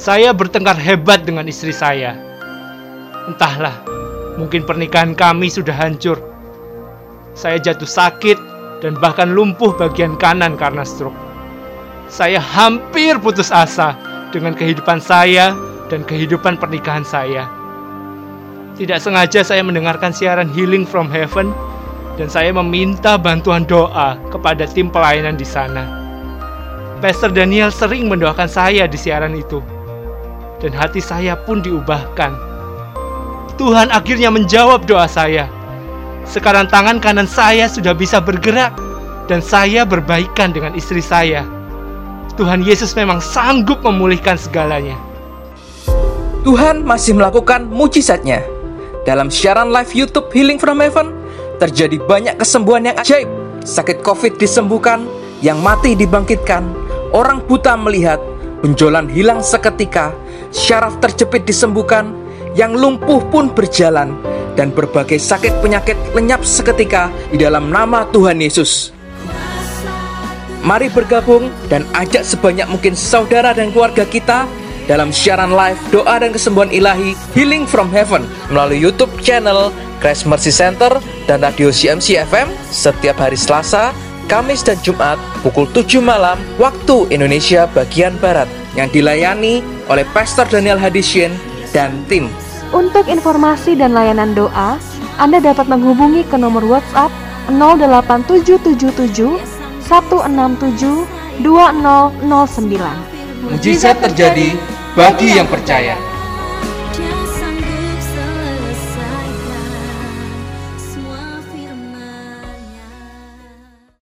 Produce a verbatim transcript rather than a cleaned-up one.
Saya bertengkar hebat dengan istri saya. Entahlah, mungkin pernikahan kami sudah hancur. Saya jatuh sakit dan bahkan lumpuh bagian kanan karena stroke. Saya hampir putus asa dengan kehidupan saya dan kehidupan pernikahan saya. Tidak sengaja saya mendengarkan siaran Healing from Heaven dan saya meminta bantuan doa kepada tim pelayanan di sana. Pastor Daniel sering mendoakan saya di siaran itu. Dan hati saya pun diubahkan. Tuhan akhirnya menjawab doa saya. Sekarang tangan kanan saya sudah bisa bergerak dan saya berbaikan dengan istri saya. Tuhan Yesus memang sanggup memulihkan segalanya. Tuhan masih melakukan mujizatnya. Dalam siaran live YouTube Healing from Heaven, terjadi banyak kesembuhan yang ajaib. Sakit COVID disembuhkan, yang mati dibangkitkan, orang buta melihat, benjolan hilang seketika, syaraf terjepit disembuhkan, yang lumpuh pun berjalan, dan berbagai sakit penyakit lenyap seketika di dalam nama Tuhan Yesus. Mari bergabung dan ajak sebanyak mungkin saudara dan keluarga kita dalam siaran live doa dan kesembuhan ilahi Healing from Heaven melalui YouTube channel Christ Mercy Center dan Radio C M C F M setiap hari Selasa, Kamis dan Jumat pukul tujuh malam waktu Indonesia bagian Barat, yang dilayani oleh Pastor Daniel Hadisien dan tim. Untuk informasi dan layanan doa, Anda dapat menghubungi ke nomor WhatsApp nol delapan tujuh tujuh tujuh satu enam tujuh dua nol nol sembilan. Mujizat terjadi bagi yang percaya.